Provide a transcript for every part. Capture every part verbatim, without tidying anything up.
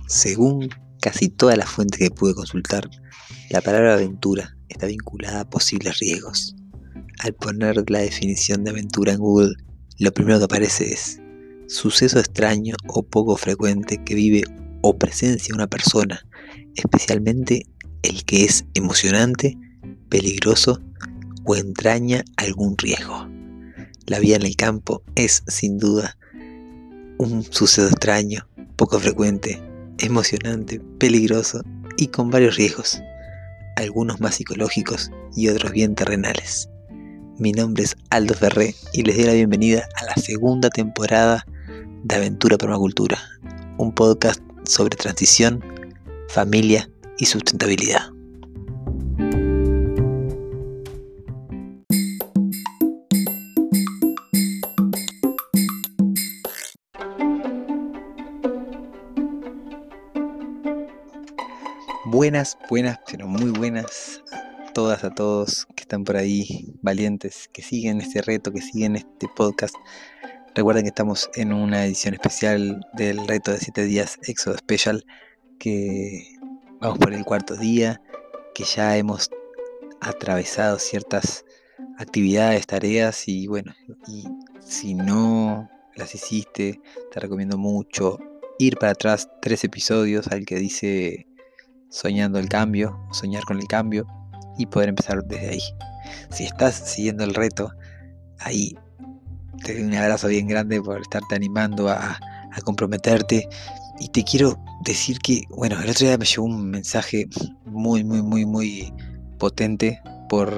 Según casi todas las fuentes que pude consultar, la palabra aventura está vinculada a posibles riesgos. Al poner la definición de aventura en Google, lo primero que aparece es suceso extraño o poco frecuente que vive o presencia una persona, especialmente el que es emocionante, peligroso o entraña algún riesgo. La vida en el campo es, sin duda, un suceso extraño, poco frecuente, emocionante, peligroso y con varios riesgos, algunos más psicológicos y otros bien terrenales. Mi nombre es Aldo Ferré y les doy la bienvenida a la segunda temporada de Aventura Permacultura, un podcast sobre transición, familia y sustentabilidad. Buenas, buenas, pero muy buenas a todas, a todos que están por ahí, valientes, que siguen este reto, que siguen este podcast. Recuerden que estamos en una edición especial del reto de siete días Éxodo Special, que vamos por el cuarto día, que ya hemos atravesado ciertas actividades, tareas y bueno, y si no las hiciste, te recomiendo mucho ir para atrás tres episodios al que dice soñando el cambio, soñar con el cambio y poder empezar desde ahí. Si estás siguiendo el reto, ahí te doy un abrazo bien grande por estarte animando a, a comprometerte. Y te quiero decir que, bueno, el otro día me llegó un mensaje muy, muy, muy, muy potente por,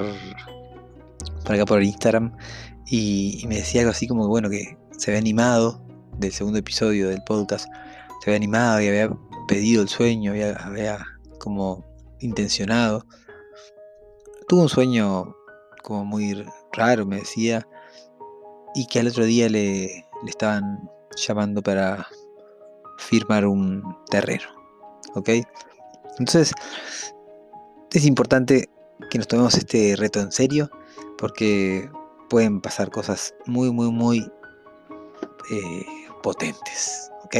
por acá por Instagram y, y me decía algo así como que, bueno, que se había animado del segundo episodio del podcast, se había animado y había pedido el sueño, había, había como intencionado. Tuvo un sueño como muy raro, me decía, y que al otro día le, le estaban llamando para firmar un terreno, ¿ok? Entonces es importante que nos tomemos este reto en serio porque pueden pasar cosas muy, muy, muy eh, potentes, ¿ok?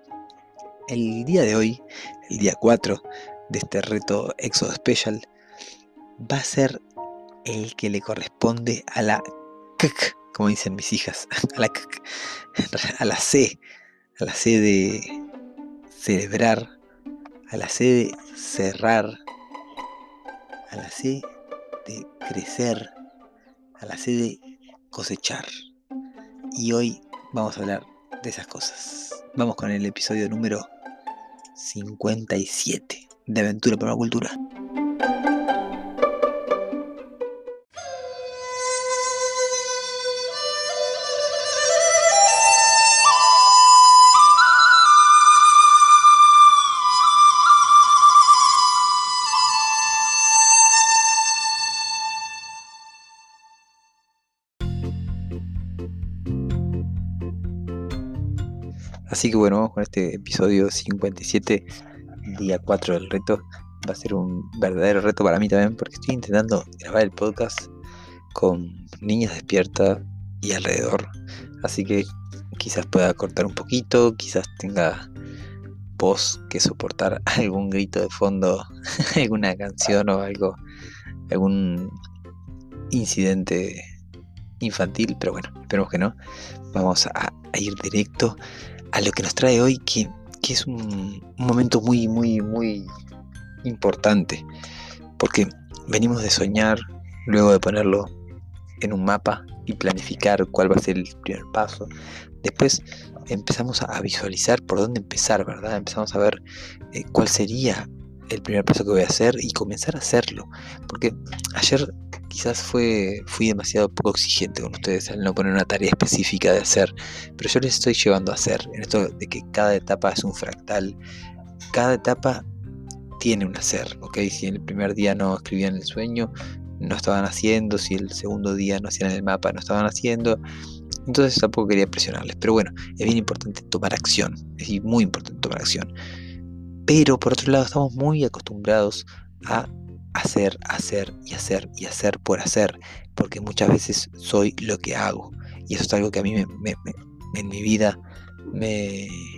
El día de hoy, el día cuatro de este reto Éxodo Special, va a ser el que le corresponde a la K K, como dicen mis hijas, a la K K, a la C, a la C de celebrar, a la C de cerrar, a la C de crecer, a la C de cosechar. Y hoy vamos a hablar de esas cosas. Vamos con el episodio número cincuenta y siete de Aventura Permacultura. Así que bueno, vamos con este episodio cincuenta y siete, día cuatro del reto. Va a ser un verdadero reto para mí también, porque estoy intentando grabar el podcast con niñas despiertas y alrededor. Así que quizás pueda cortar un poquito, quizás tenga voz que soportar algún grito de fondo, alguna canción o algo, algún incidente infantil, pero bueno, esperemos que no. Vamos a, a ir directo a lo que nos trae hoy, que, que es un, un momento muy, muy, muy importante, porque venimos de soñar, luego de ponerlo en un mapa y planificar cuál va a ser el primer paso. Después empezamos a visualizar por dónde empezar, ¿verdad? Empezamos a ver eh, cuál sería el primer paso que voy a hacer y comenzar a hacerlo, porque ayer quizás fue fui demasiado poco exigente con ustedes al no poner una tarea específica de hacer, pero yo les estoy llevando a hacer, en esto de que cada etapa es un fractal, cada etapa tiene un hacer, ¿ok? Si en el primer día no escribían el sueño, no estaban haciendo, si el segundo día no hacían el mapa, no estaban haciendo, entonces tampoco quería presionarles, pero bueno, es bien importante tomar acción, es muy importante tomar acción, pero por otro lado estamos muy acostumbrados a hacer, hacer y hacer y hacer por hacer, porque muchas veces soy lo que hago, y eso es algo que a mí me, me, me, en mi vida me,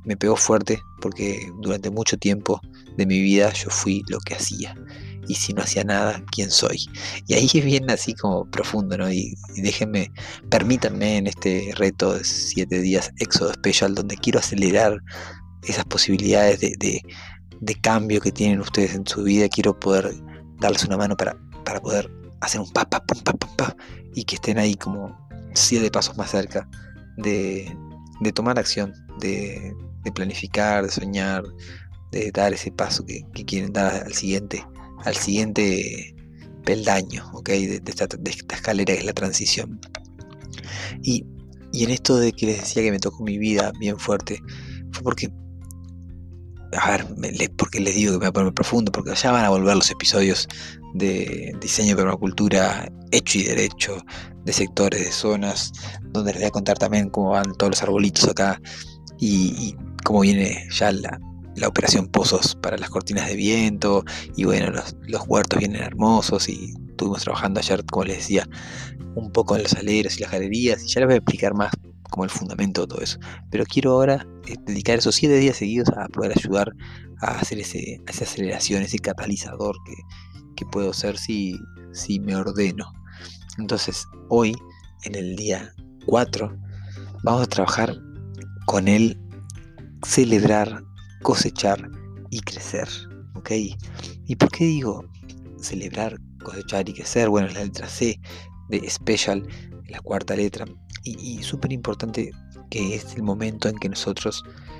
me pegó fuerte porque durante mucho tiempo de mi vida yo fui lo que hacía. Y si no hacía nada, ¿quién soy? Y ahí es bien así como profundo, ¿no? Y, y déjenme, permítanme en este reto de siete días Éxodo Special, donde quiero acelerar esas posibilidades de, de, de cambio que tienen ustedes en su vida. Quiero poder darles una mano para, para poder hacer un pa, pa, pum, pa, pa, pa, y que estén ahí como siete pasos más cerca de, de tomar acción, de, de planificar, de soñar, de dar ese paso que, que quieren dar al siguiente, al siguiente peldaño, ¿ok? De, de, esta, de esta escalera que es la transición. Y, y en esto de que les decía que me tocó mi vida bien fuerte, fue porque, a ver, me, le, porque les digo que me voy a poner profundo, porque ya van a volver los episodios de diseño de permacultura hecho y derecho, de sectores, de zonas, donde les voy a contar también cómo van todos los arbolitos acá y, y cómo viene ya la, la operación pozos para las cortinas de viento, y bueno, los, los huertos vienen hermosos, y estuvimos trabajando ayer, como les decía, un poco en los aleros y las galerías, y ya les voy a explicar más como el fundamento de todo eso. Pero quiero ahora eh, dedicar esos siete días seguidos a poder ayudar a hacer ese, esa aceleración, ese catalizador que, que puedo ser si, si me ordeno. Entonces, hoy, en el día cuatro, vamos a trabajar con el celebrar, cosechar y crecer, ¿ok? ¿Y por qué digo celebrar, cosechar y crecer? Bueno, es la letra C de Special, la cuarta letra, y, y súper importante, que es el momento en que nosotros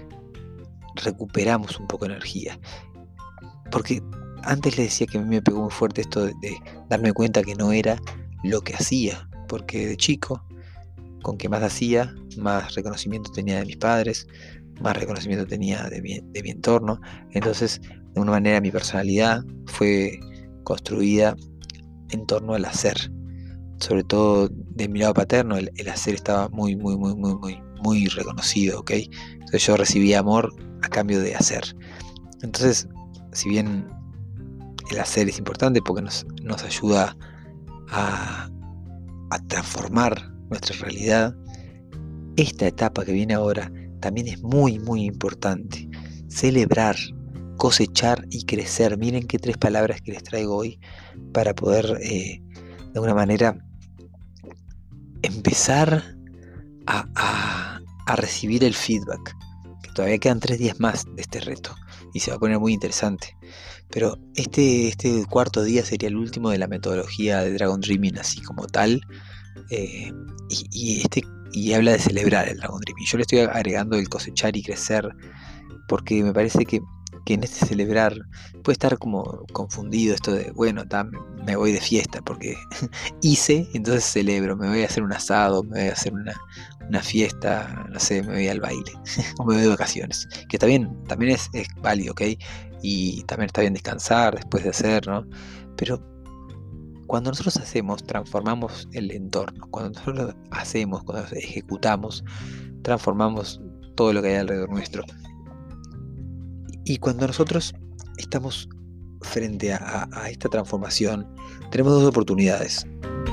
recuperamos un poco de energía. Porque antes les decía que a mí me pegó muy fuerte esto de, de darme cuenta que no era lo que hacía, porque de chico, con que más hacía, más reconocimiento tenía de mis padres, más reconocimiento tenía de mi, de mi entorno. Entonces, de una manera, mi personalidad fue construida en torno al hacer, sobre todo de mi lado paterno. El, el hacer estaba muy, muy, muy, muy, muy, muy reconocido, ¿ok? Entonces yo recibía amor a cambio de hacer. Entonces, si bien el hacer es importante porque nos, nos ayuda a, a transformar nuestra realidad, esta etapa que viene ahora también es muy, muy importante. Celebrar, cosechar y crecer. Miren qué tres palabras que les traigo hoy para poder, eh, de alguna manera, empezar a, a, a recibir el feedback. Que todavía quedan tres días más de este reto y se va a poner muy interesante. Pero este, este cuarto día sería el último de la metodología de Dragon Dreaming así como tal. Eh, y, y, este, y habla de celebrar el Dragon Dreaming. Yo le estoy agregando el cosechar y crecer, porque me parece que, que en este celebrar puede estar como confundido esto de, bueno, ta, me voy de fiesta porque hice, entonces celebro, me voy a hacer un asado, me voy a hacer una, una fiesta, no sé, me voy al baile, o me voy de vacaciones, que está bien, también es, es válido, ¿ok? Y también está bien descansar después de hacer, ¿no? Pero cuando nosotros hacemos, transformamos el entorno. Cuando nosotros hacemos, cuando ejecutamos, transformamos todo lo que hay alrededor nuestro. Y cuando nosotros estamos frente a, a esta transformación, tenemos dos oportunidades.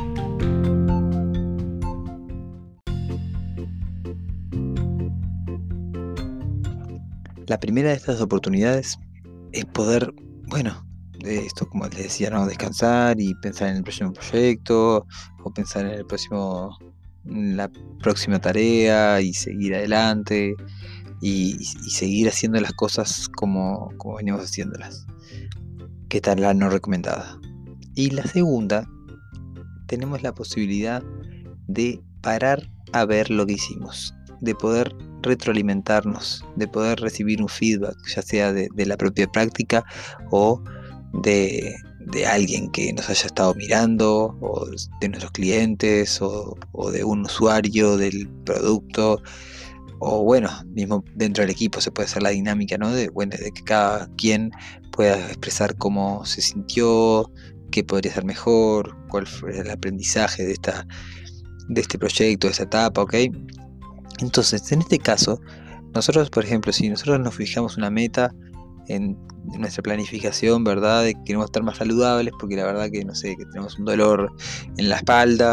La primera de estas oportunidades es poder, bueno, de esto, como les decía, ¿no? Descansar y pensar en el próximo proyecto, o pensar en el próximo, en la próxima tarea, y seguir adelante, y, y seguir haciendo las cosas como, como venimos haciéndolas, que tal la no recomendada. Y la segunda, tenemos la posibilidad de parar a ver lo que hicimos, de poder retroalimentarnos, de poder recibir un feedback, ya sea de, de la propia práctica o de, de alguien que nos haya estado mirando, o de nuestros clientes, o, o de un usuario del producto, o bueno, mismo dentro del equipo se puede hacer la dinámica, ¿no? De, bueno, de que cada quien pueda expresar cómo se sintió, qué podría ser mejor, cuál fue el aprendizaje de esta de este proyecto, de esta etapa, ¿ok? Entonces, en este caso, nosotros, por ejemplo, si nosotros nos fijamos una meta en nuestra planificación, ¿verdad? De que queremos estar más saludables, porque la verdad que, no sé, que tenemos un dolor en la espalda,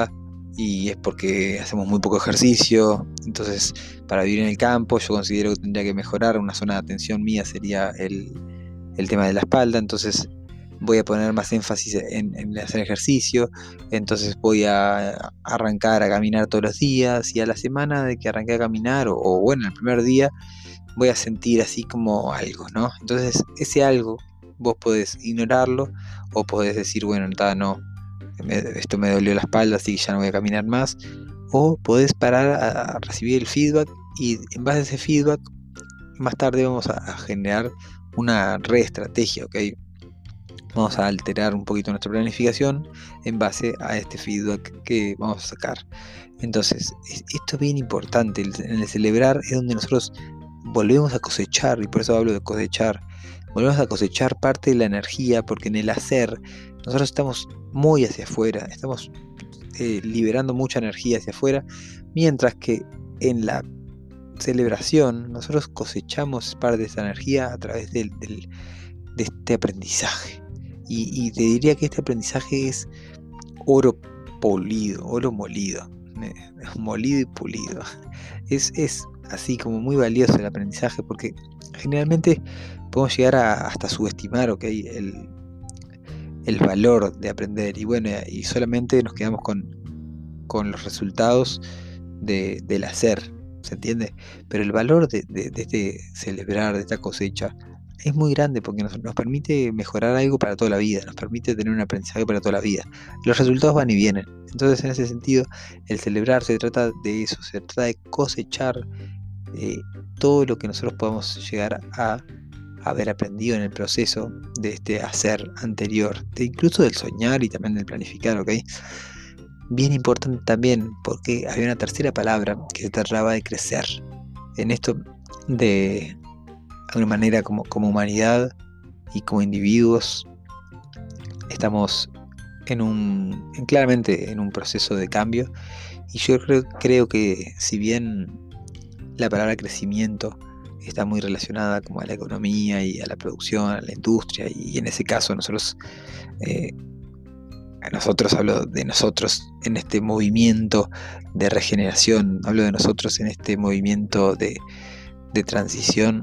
y es porque hacemos muy poco ejercicio. Entonces, para vivir en el campo yo considero que tendría que mejorar. Una zona de atención mía sería el, el tema de la espalda, entonces voy a poner más énfasis en, en hacer ejercicio. Entonces voy a arrancar a caminar todos los días, y a la semana de que arranqué a caminar, o, o bueno, el primer día, voy a sentir así como algo, ¿no? Entonces ese algo vos podés ignorarlo, o podés decir, bueno, nada, no, me, esto me dolió la espalda, así que ya no voy a caminar más. O podés parar a, a recibir el feedback, y en base a ese feedback más tarde vamos a, a generar una reestrategia, ¿ok? Vamos a alterar un poquito nuestra planificación en base a este feedback que vamos a sacar. Entonces, esto es bien importante. En el celebrar es donde nosotros volvemos a cosechar, y por eso hablo de cosechar. Volvemos a cosechar parte de la energía, porque en el hacer nosotros estamos muy hacia afuera, estamos eh, liberando mucha energía hacia afuera, mientras que en la celebración nosotros cosechamos parte de esa energía a través del, del, de este aprendizaje. Y, y te diría que este aprendizaje es oro polido, oro molido, molido y pulido. Es, es así como muy valioso el aprendizaje, porque generalmente podemos llegar a hasta subestimar, ¿okay? el, el valor de aprender, y bueno, y solamente nos quedamos con, con los resultados de, del hacer, ¿se entiende? Pero el valor de, de, de este celebrar, de esta cosecha, es muy grande, porque nos, nos permite mejorar algo para toda la vida, nos permite tener un aprendizaje para toda la vida. Los resultados van y vienen. Entonces, en ese sentido, el celebrar se trata de eso, se trata de cosechar eh, todo lo que nosotros podamos llegar a haber aprendido en el proceso de este hacer anterior, de incluso del soñar y también del planificar, ¿ok? Bien importante también, porque había una tercera palabra que se trataba de crecer. En esto, de alguna manera, como, como humanidad y como individuos, estamos en un, en, claramente en un proceso de cambio, y yo creo, creo que si bien la palabra crecimiento está muy relacionada como a la economía y a la producción, a la industria, y en ese caso nosotros, eh, a nosotros hablo de nosotros en este movimiento de regeneración, hablo de nosotros en este movimiento de, de transición.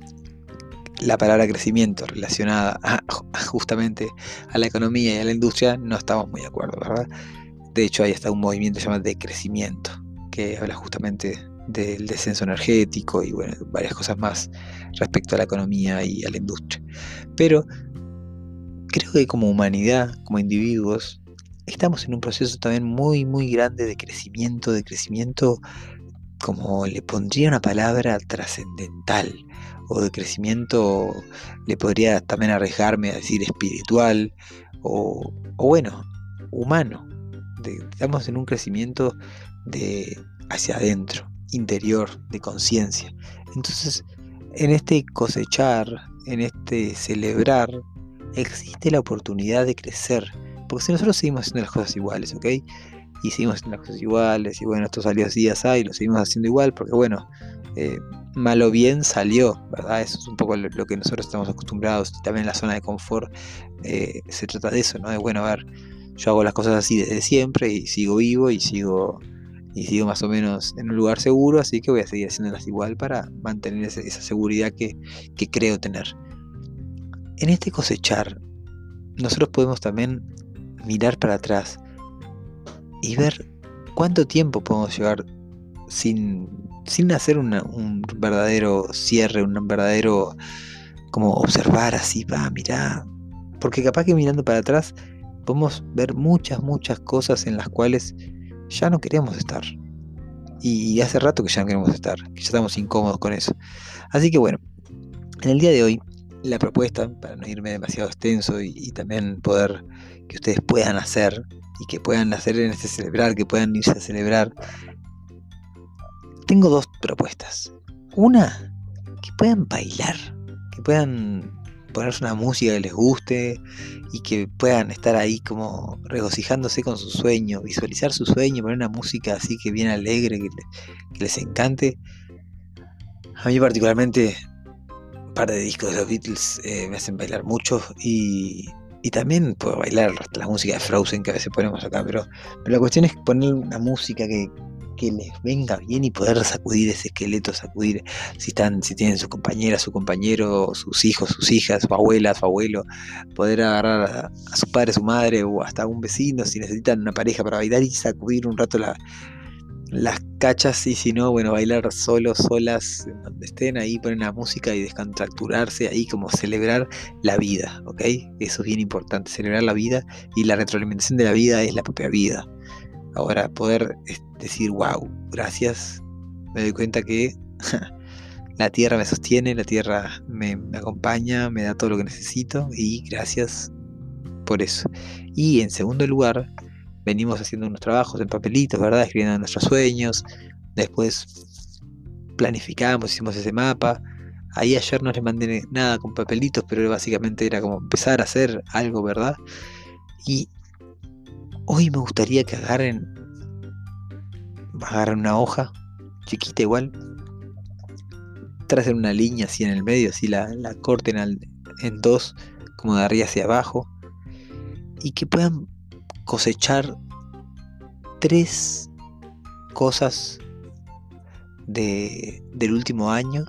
La palabra crecimiento relacionada a, a justamente a la economía y a la industria no estamos muy de acuerdo, ¿verdad? De hecho, hay hasta un movimiento llamado decrecimiento, que habla justamente del descenso energético y bueno, varias cosas más respecto a la economía y a la industria. Pero creo que como humanidad, como individuos, estamos en un proceso también muy, muy grande de crecimiento, de crecimiento, como le pondría una palabra, trascendental, o de crecimiento, le podría también arriesgarme a decir espiritual, o, o bueno, humano. De, estamos en un crecimiento de hacia adentro, interior, de conciencia. Entonces, en este cosechar, en este celebrar, existe la oportunidad de crecer, porque si nosotros seguimos haciendo las cosas iguales, ¿ok? Y seguimos haciendo las cosas iguales, y bueno, esto salió así, así, y lo seguimos haciendo igual, porque bueno, eh, mal o bien salió, ¿verdad? Eso es un poco lo, lo que nosotros estamos acostumbrados, y también la zona de confort eh, se trata de eso, ¿no? De bueno, a ver, yo hago las cosas así desde siempre, y sigo vivo, y sigo, y sigo más o menos en un lugar seguro, así que voy a seguir haciéndolas igual para mantener ese, esa seguridad que, que creo tener. En este cosechar, nosotros podemos también mirar para atrás y ver cuánto tiempo podemos llevar sin, sin hacer una, un verdadero cierre, un verdadero como observar así, va, mirá, porque capaz que mirando para atrás podemos ver muchas, muchas cosas en las cuales ya no queremos estar, y, y hace rato que ya no queremos estar, que ya estamos incómodos con eso. Así que bueno, en el día de hoy, la propuesta, para no irme demasiado extenso y, y también poder que ustedes puedan hacer, y que puedan hacer en este celebrar, que puedan irse a celebrar, tengo dos propuestas. Una, que puedan bailar, que puedan ponerse una música que les guste, y que puedan estar ahí como regocijándose con su sueño, visualizar su sueño, poner una música así que bien alegre, que, que les encante. A mí particularmente, un par de discos de los Beatles eh, me hacen bailar mucho, y, y también puedo bailar la música de Frozen que a veces ponemos acá, pero, pero la cuestión es poner una música que, que les venga bien y poder sacudir ese esqueleto, sacudir si están, si tienen su compañera, su compañero, sus hijos, sus hijas, su abuela, su abuelo, poder agarrar a, a su padre, su madre o hasta a un vecino si necesitan una pareja para bailar y sacudir un rato la, las cachas, y si no, bueno, bailar solos, solas, en donde estén ahí, poner la música y descontracturarse ahí, como celebrar la vida, ¿ok? Eso es bien importante, celebrar la vida, y la retroalimentación de la vida es la propia vida. Ahora, poder decir, wow, gracias, me doy cuenta que la tierra me sostiene, la tierra me, me acompaña, me da todo lo que necesito, y gracias por eso. Y en segundo lugar, venimos haciendo unos trabajos en papelitos, ¿verdad? Escribiendo nuestros sueños, después planificamos, hicimos ese mapa. Ahí ayer no les mandé nada con papelitos, pero básicamente era como empezar a hacer algo, ¿verdad? Y hoy me gustaría que agarren, agarren una hoja, chiquita igual, tracen una línea así en el medio, así la, la corten al, en dos, como de arriba hacia abajo, y que puedan cosechar tres cosas de, del último año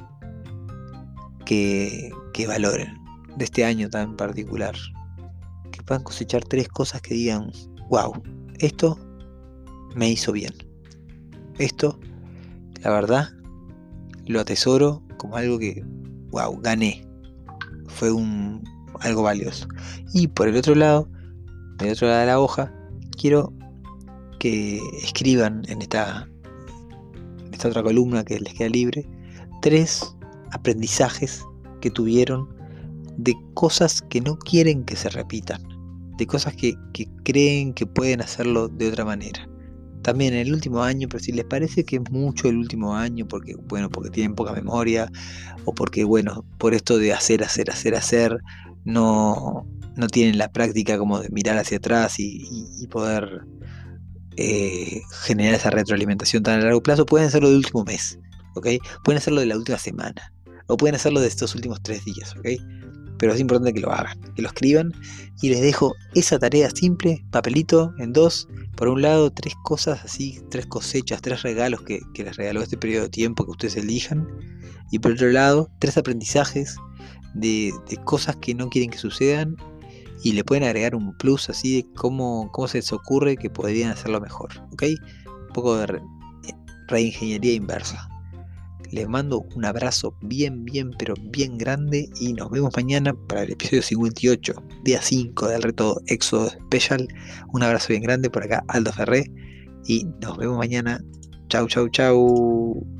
que, que valoren, de este año tan particular, que puedan cosechar tres cosas que digan, wow, esto me hizo bien, esto, la verdad, lo atesoro como algo que, wow, gané, fue un, algo valioso. Y por el otro lado, del otro lado de la hoja, quiero que escriban en esta, en esta otra columna que les queda libre, tres aprendizajes que tuvieron de cosas que no quieren que se repitan, de cosas que, que creen que pueden hacerlo de otra manera. También en el último año, pero si les parece que es mucho el último año, porque bueno, porque tienen poca memoria, o porque bueno, por esto de hacer, hacer, hacer, hacer, no, no tienen la práctica como de mirar hacia atrás y, y, y poder eh, generar esa retroalimentación tan a largo plazo, pueden hacerlo del último mes, ¿ok? Pueden hacerlo de la última semana, o pueden hacerlo de estos últimos tres días, ¿ok? Pero es importante que lo hagan, que lo escriban, y les dejo esa tarea simple, papelito en dos, por un lado tres cosas así, tres cosechas, tres regalos que, que les regaló este periodo de tiempo que ustedes elijan, y por otro lado tres aprendizajes de, de cosas que no quieren que sucedan, y le pueden agregar un plus así de cómo, cómo se les ocurre que podrían hacerlo mejor, ¿ok? Un poco de re, reingeniería inversa. Les mando un abrazo bien, bien, pero bien grande, y nos vemos mañana para el episodio cincuenta y ocho, día cinco del reto Éxodo Special. Un abrazo bien grande por acá, Aldo Ferré, y nos vemos mañana. Chau, chau, chau.